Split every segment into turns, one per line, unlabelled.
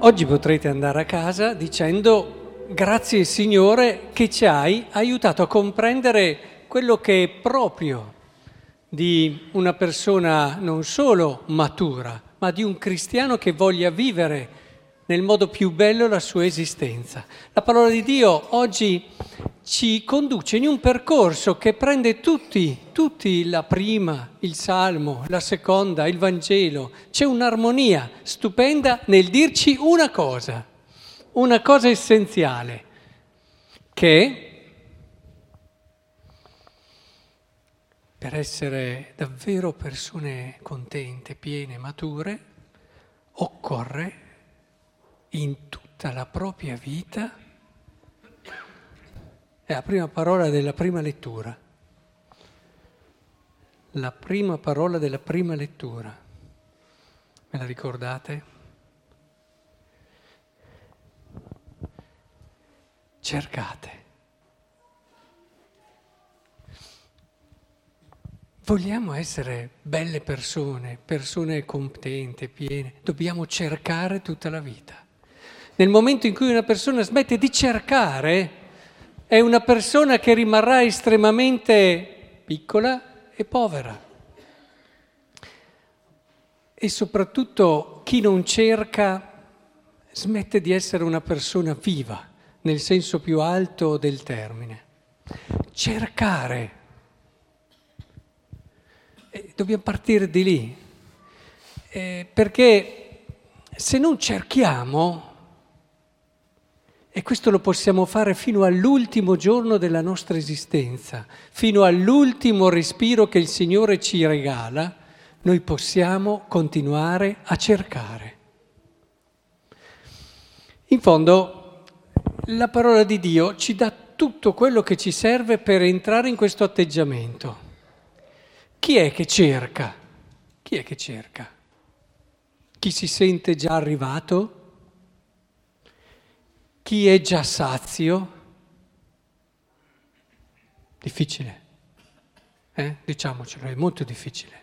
Oggi potrete andare a casa dicendo grazie Signore che ci hai aiutato a comprendere quello che è proprio di una persona non solo matura, ma di un cristiano che voglia vivere nel modo più bello la sua esistenza. La parola di Dio oggi ci conduce in un percorso che prende tutti, la prima, il Salmo, la seconda, il Vangelo. C'è un'armonia stupenda nel dirci una cosa essenziale, che per essere davvero persone contente, piene, mature, occorre in tutta la propria vita. È la prima parola della prima lettura. La prima parola della prima lettura. Me la ricordate? Cercate. Vogliamo essere belle persone, persone contente, piene. Dobbiamo cercare tutta la vita. Nel momento in cui una persona smette di cercare, è una persona che rimarrà estremamente piccola e povera. E soprattutto chi non cerca smette di essere una persona viva, nel senso più alto del termine. Cercare. Dobbiamo partire di lì, perché se non cerchiamo, e questo lo possiamo fare fino all'ultimo giorno della nostra esistenza, fino all'ultimo respiro che il Signore ci regala, noi possiamo continuare a cercare. In fondo, la parola di Dio ci dà tutto quello che ci serve per entrare in questo atteggiamento. Chi è che cerca? Chi è che cerca? Chi si sente già arrivato? Chi è già sazio? Difficile, diciamocelo, è molto difficile.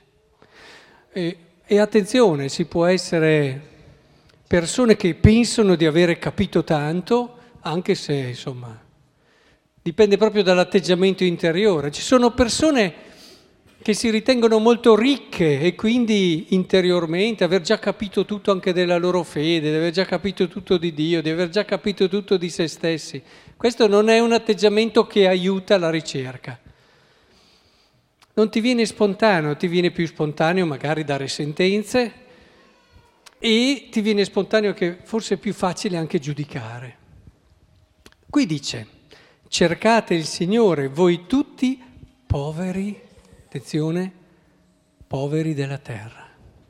E attenzione, si può essere persone che pensano di avere capito tanto, anche se, insomma, dipende proprio dall'atteggiamento interiore. Ci sono persone che si ritengono molto ricche e quindi interiormente aver già capito tutto anche della loro fede, di aver già capito tutto di Dio, di aver già capito tutto di se stessi. Questo non è un atteggiamento che aiuta la ricerca. Non ti viene spontaneo, ti viene più spontaneo magari dare sentenze e ti viene spontaneo che forse è più facile anche giudicare. Qui dice, cercate il Signore voi tutti poveri, attenzione, poveri della terra.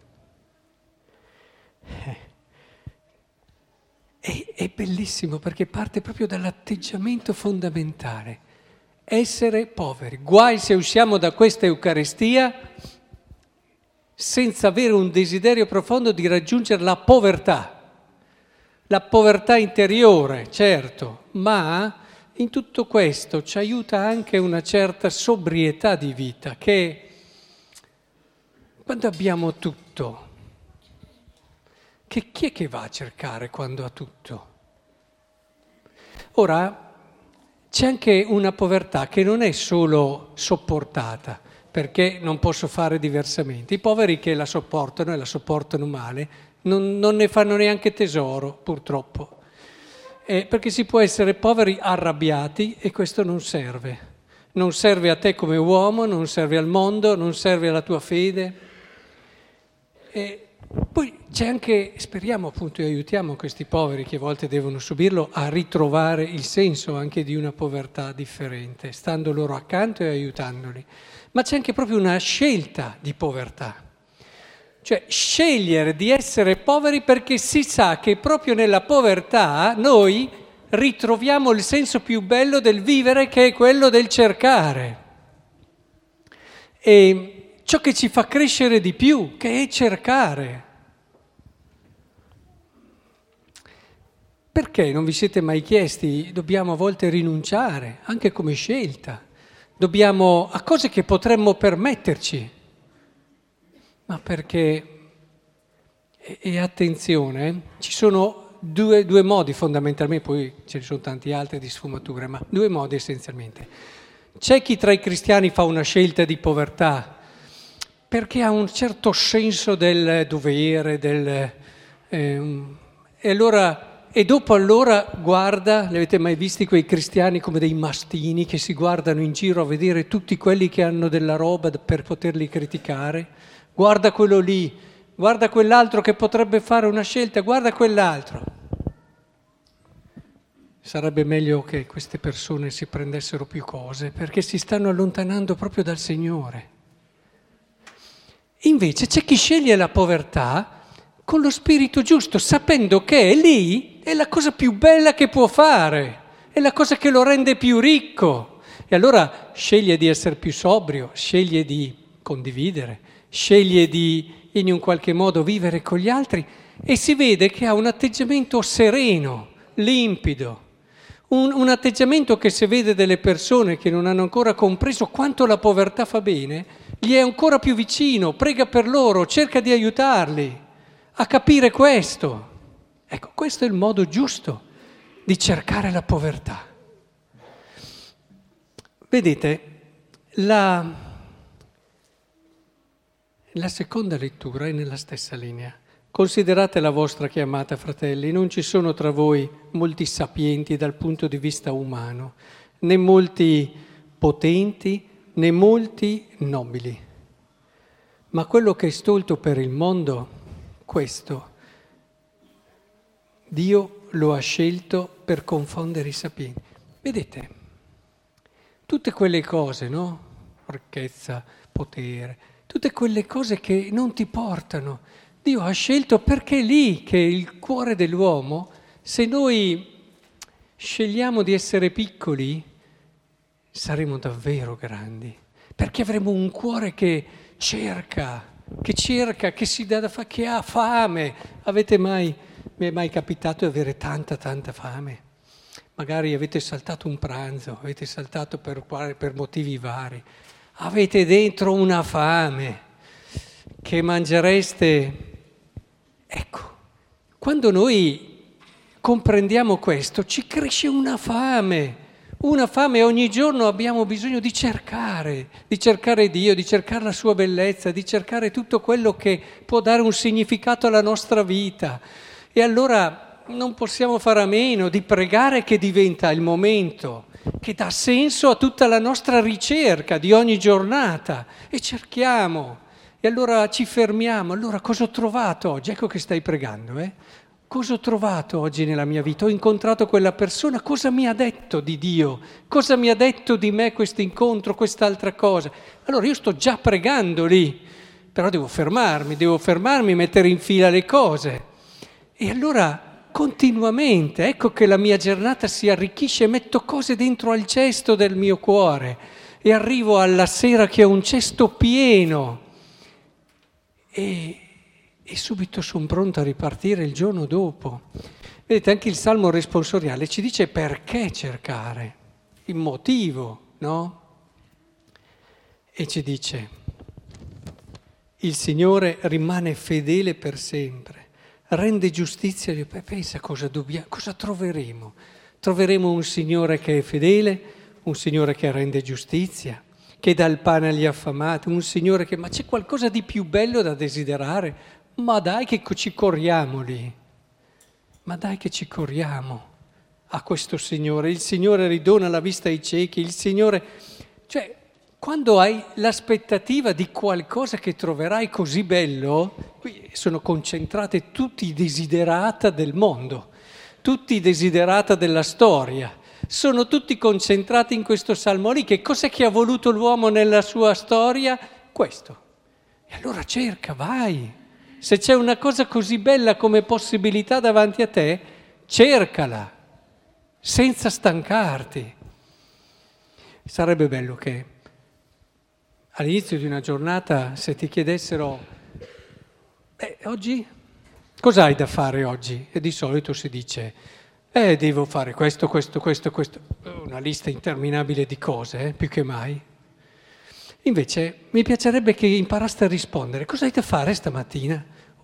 È bellissimo perché parte proprio dall'atteggiamento fondamentale. Essere poveri. Guai se usciamo da questa Eucaristia senza avere un desiderio profondo di raggiungere la povertà. La povertà interiore, certo, ma in tutto questo ci aiuta anche una certa sobrietà di vita, che quando abbiamo tutto, chi è che va a cercare quando ha tutto? Ora, c'è anche una povertà che non è solo sopportata, perché non posso fare diversamente. I poveri che la sopportano e la sopportano male non ne fanno neanche tesoro, purtroppo. Perché si può essere poveri arrabbiati e questo non serve. Non serve a te come uomo, non serve al mondo, non serve alla tua fede. E poi c'è anche, speriamo appunto e aiutiamo questi poveri che a volte devono subirlo a ritrovare il senso anche di una povertà differente, stando loro accanto e aiutandoli. Ma c'è anche proprio una scelta di povertà. Cioè scegliere di essere poveri perché si sa che proprio nella povertà noi ritroviamo il senso più bello del vivere, che è quello del cercare. E ciò che ci fa crescere di più, che è cercare. Perché non vi siete mai chiesti, dobbiamo a volte rinunciare, anche come scelta, a cose che potremmo permetterci, ma perché, e attenzione, ci sono due modi fondamentalmente, poi ce ne sono tanti altri di sfumature, ma due modi essenzialmente. C'è chi tra i cristiani fa una scelta di povertà perché ha un certo senso del dovere, e dopo allora guarda, li avete mai visti quei cristiani come dei mastini che si guardano in giro a vedere tutti quelli che hanno della roba per poterli criticare? Guarda quello lì, guarda quell'altro che potrebbe fare una scelta, guarda quell'altro. Sarebbe meglio che queste persone si prendessero più cose perché si stanno allontanando proprio dal Signore. Invece c'è chi sceglie la povertà con lo spirito giusto, sapendo che lì è la cosa più bella che può fare, è la cosa che lo rende più ricco. E allora sceglie di essere più sobrio, sceglie di condividere, sceglie di in un qualche modo vivere con gli altri e si vede che ha un atteggiamento sereno, limpido. Un atteggiamento che se vede delle persone che non hanno ancora compreso quanto la povertà fa bene, gli è ancora più vicino, prega per loro, cerca di aiutarli a capire questo. Ecco, questo è il modo giusto di cercare la povertà. Vedete, la seconda lettura è nella stessa linea. Considerate la vostra chiamata, fratelli, non ci sono tra voi molti sapienti dal punto di vista umano, né molti potenti, né molti nobili. Ma quello che è stolto per il mondo, questo, Dio lo ha scelto per confondere i sapienti. Vedete, tutte quelle cose, no? Ricchezza, potere, tutte quelle cose che non ti portano. Dio ha scelto perché è lì che il cuore dell'uomo, se noi scegliamo di essere piccoli, saremo davvero grandi, perché avremo un cuore che cerca, che si dà da fare, che ha fame. Mi è mai capitato di avere tanta fame? Magari avete saltato un pranzo, avete saltato per motivi vari, avete dentro una fame che mangereste. Ecco, quando noi comprendiamo questo, ci cresce una fame, ogni giorno abbiamo bisogno di cercare Dio, di cercare la sua bellezza, di cercare tutto quello che può dare un significato alla nostra vita. E allora non possiamo fare a meno di pregare, che diventa il momento che dà senso a tutta la nostra ricerca di ogni giornata, e cerchiamo. E allora ci fermiamo, allora cosa ho trovato oggi? Ecco che stai pregando, Cosa ho trovato oggi nella mia vita? Ho incontrato quella persona, cosa mi ha detto di Dio? Cosa mi ha detto di me questo incontro, quest'altra cosa? Allora io sto già pregando lì, però devo fermarmi, mettere in fila le cose. E allora continuamente, ecco che la mia giornata si arricchisce, metto cose dentro al cesto del mio cuore e arrivo alla sera che ho un cesto pieno. E subito sono pronto a ripartire il giorno dopo. Vedete, anche il Salmo responsoriale ci dice perché cercare, il motivo, no? E ci dice, il Signore rimane fedele per sempre, rende giustizia. Pensa cosa troveremo? Troveremo un Signore che è fedele, un Signore che rende giustizia, che dà il pane agli affamati, un Signore che... Ma c'è qualcosa di più bello da desiderare? Ma dai che ci corriamo lì, ma dai che ci corriamo a questo Signore. Il Signore ridona la vista ai ciechi, il Signore... Cioè, quando hai l'aspettativa di qualcosa che troverai così bello, qui sono concentrate tutti i desiderata del mondo, tutti i desiderata della storia. Sono tutti concentrati in questo salmo lì. Che cos'è che ha voluto l'uomo nella sua storia? Questo. E allora cerca, vai. Se c'è una cosa così bella come possibilità davanti a te, cercala, senza stancarti. Sarebbe bello che all'inizio di una giornata, se ti chiedessero, oggi cosa hai da fare oggi? E di solito si dice, devo fare questo, una lista interminabile di cose, più che mai. Invece mi piacerebbe che imparaste a rispondere, cosa hai da fare stamattina?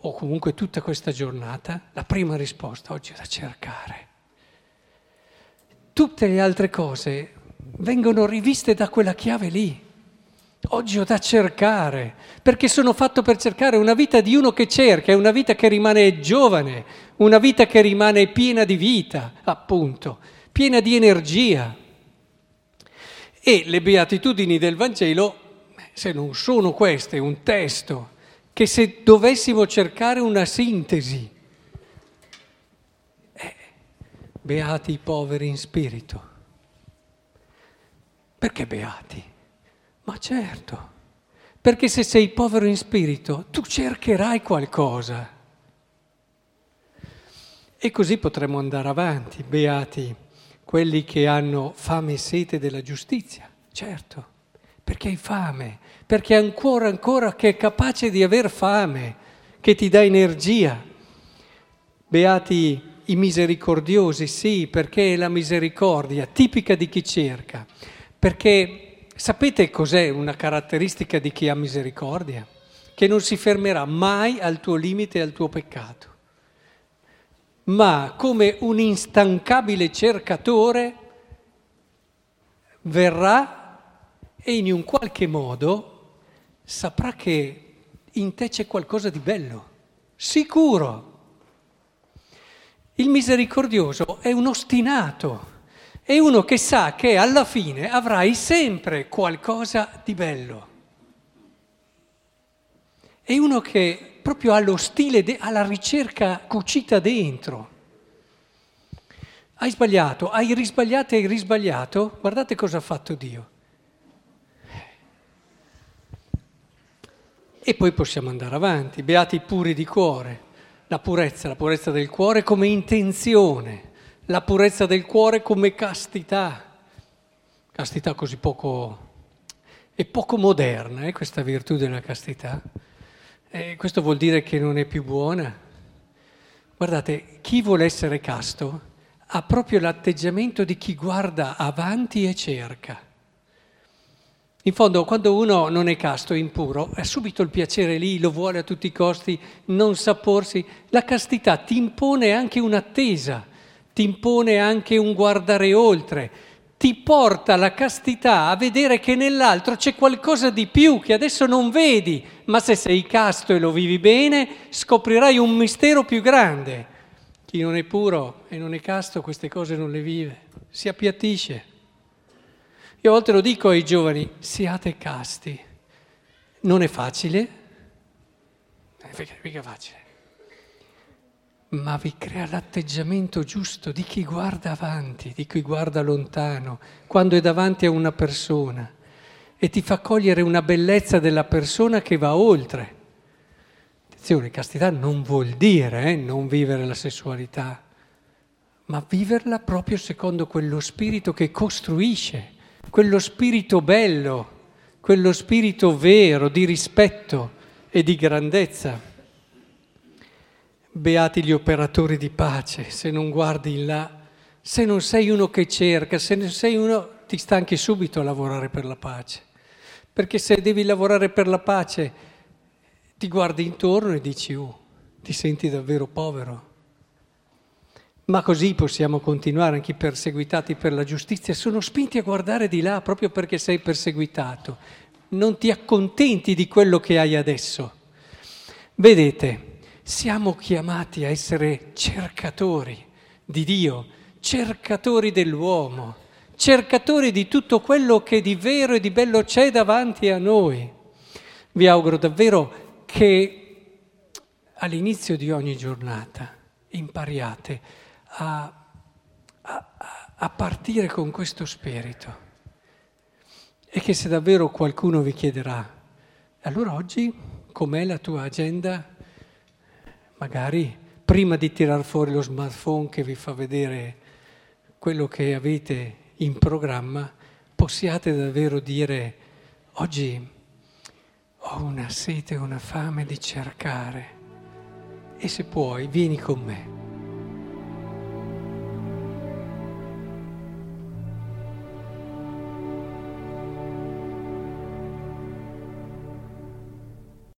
o comunque tutta questa giornata, la prima risposta oggi è da cercare. Tutte le altre cose vengono riviste da quella chiave lì. Oggi ho da cercare, perché sono fatto per cercare. Una vita di uno che cerca, è una vita che rimane giovane, una vita che rimane piena di vita, appunto, piena di energia. E le beatitudini del Vangelo, se non sono queste, un testo, che se dovessimo cercare una sintesi, beati i poveri in spirito. Perché beati? Ma certo, perché se sei povero in spirito, tu cercherai qualcosa. E così potremo andare avanti, beati quelli che hanno fame e sete della giustizia, certo, perché hai fame, perché ancora che è capace di aver fame, che ti dà energia. Beati i misericordiosi, sì, perché è la misericordia tipica di chi cerca, perché sapete cos'è una caratteristica di chi ha misericordia? Che non si fermerà mai al tuo limite e al tuo peccato, ma come un instancabile cercatore verrà e in un qualche modo saprà che in te c'è qualcosa di bello, sicuro. Il misericordioso è un ostinato. È uno che sa che alla fine avrai sempre qualcosa di bello. È uno che proprio ha lo stile, ha la ricerca cucita dentro. Hai sbagliato, hai risbagliato, guardate cosa ha fatto Dio. E poi possiamo andare avanti, beati i puri di cuore, la purezza del cuore come intenzione. La purezza del cuore come castità così poco moderna, questa virtù della castità. Questo vuol dire che non è più buona. Guardate, chi vuole essere casto ha proprio l'atteggiamento di chi guarda avanti e cerca. In fondo, quando uno non è casto, è impuro, ha subito il piacere lì, lo vuole a tutti i costi, non sa porsi. La castità ti impone anche un'attesa. Ti impone anche un guardare oltre, ti porta la castità a vedere che nell'altro c'è qualcosa di più che adesso non vedi, ma se sei casto e lo vivi bene, scoprirai un mistero più grande. Chi non è puro e non è casto queste cose non le vive, si appiattisce. Io a volte lo dico ai giovani, siate casti. Non è facile, mica facile. Ma vi crea l'atteggiamento giusto di chi guarda avanti, di chi guarda lontano, quando è davanti a una persona e ti fa cogliere una bellezza della persona che va oltre. Attenzione, castità non vuol dire non vivere la sessualità, ma viverla proprio secondo quello spirito che costruisce, quello spirito bello, quello spirito vero di rispetto e di grandezza. Beati gli operatori di pace, se non guardi in là, se non sei uno che cerca, se non sei uno, ti stanchi subito a lavorare per la pace. Perché se devi lavorare per la pace, ti guardi intorno e dici, ti senti davvero povero. Ma così possiamo continuare, anche i perseguitati per la giustizia sono spinti a guardare di là proprio perché sei perseguitato. Non ti accontenti di quello che hai adesso. Vedete, siamo chiamati a essere cercatori di Dio, cercatori dell'uomo, cercatori di tutto quello che di vero e di bello c'è davanti a noi. Vi auguro davvero che all'inizio di ogni giornata impariate a partire con questo spirito e che se davvero qualcuno vi chiederà, allora oggi com'è la tua agenda? Magari prima di tirar fuori lo smartphone che vi fa vedere quello che avete in programma, possiate davvero dire, oggi ho una sete, una fame di cercare e se puoi vieni con me.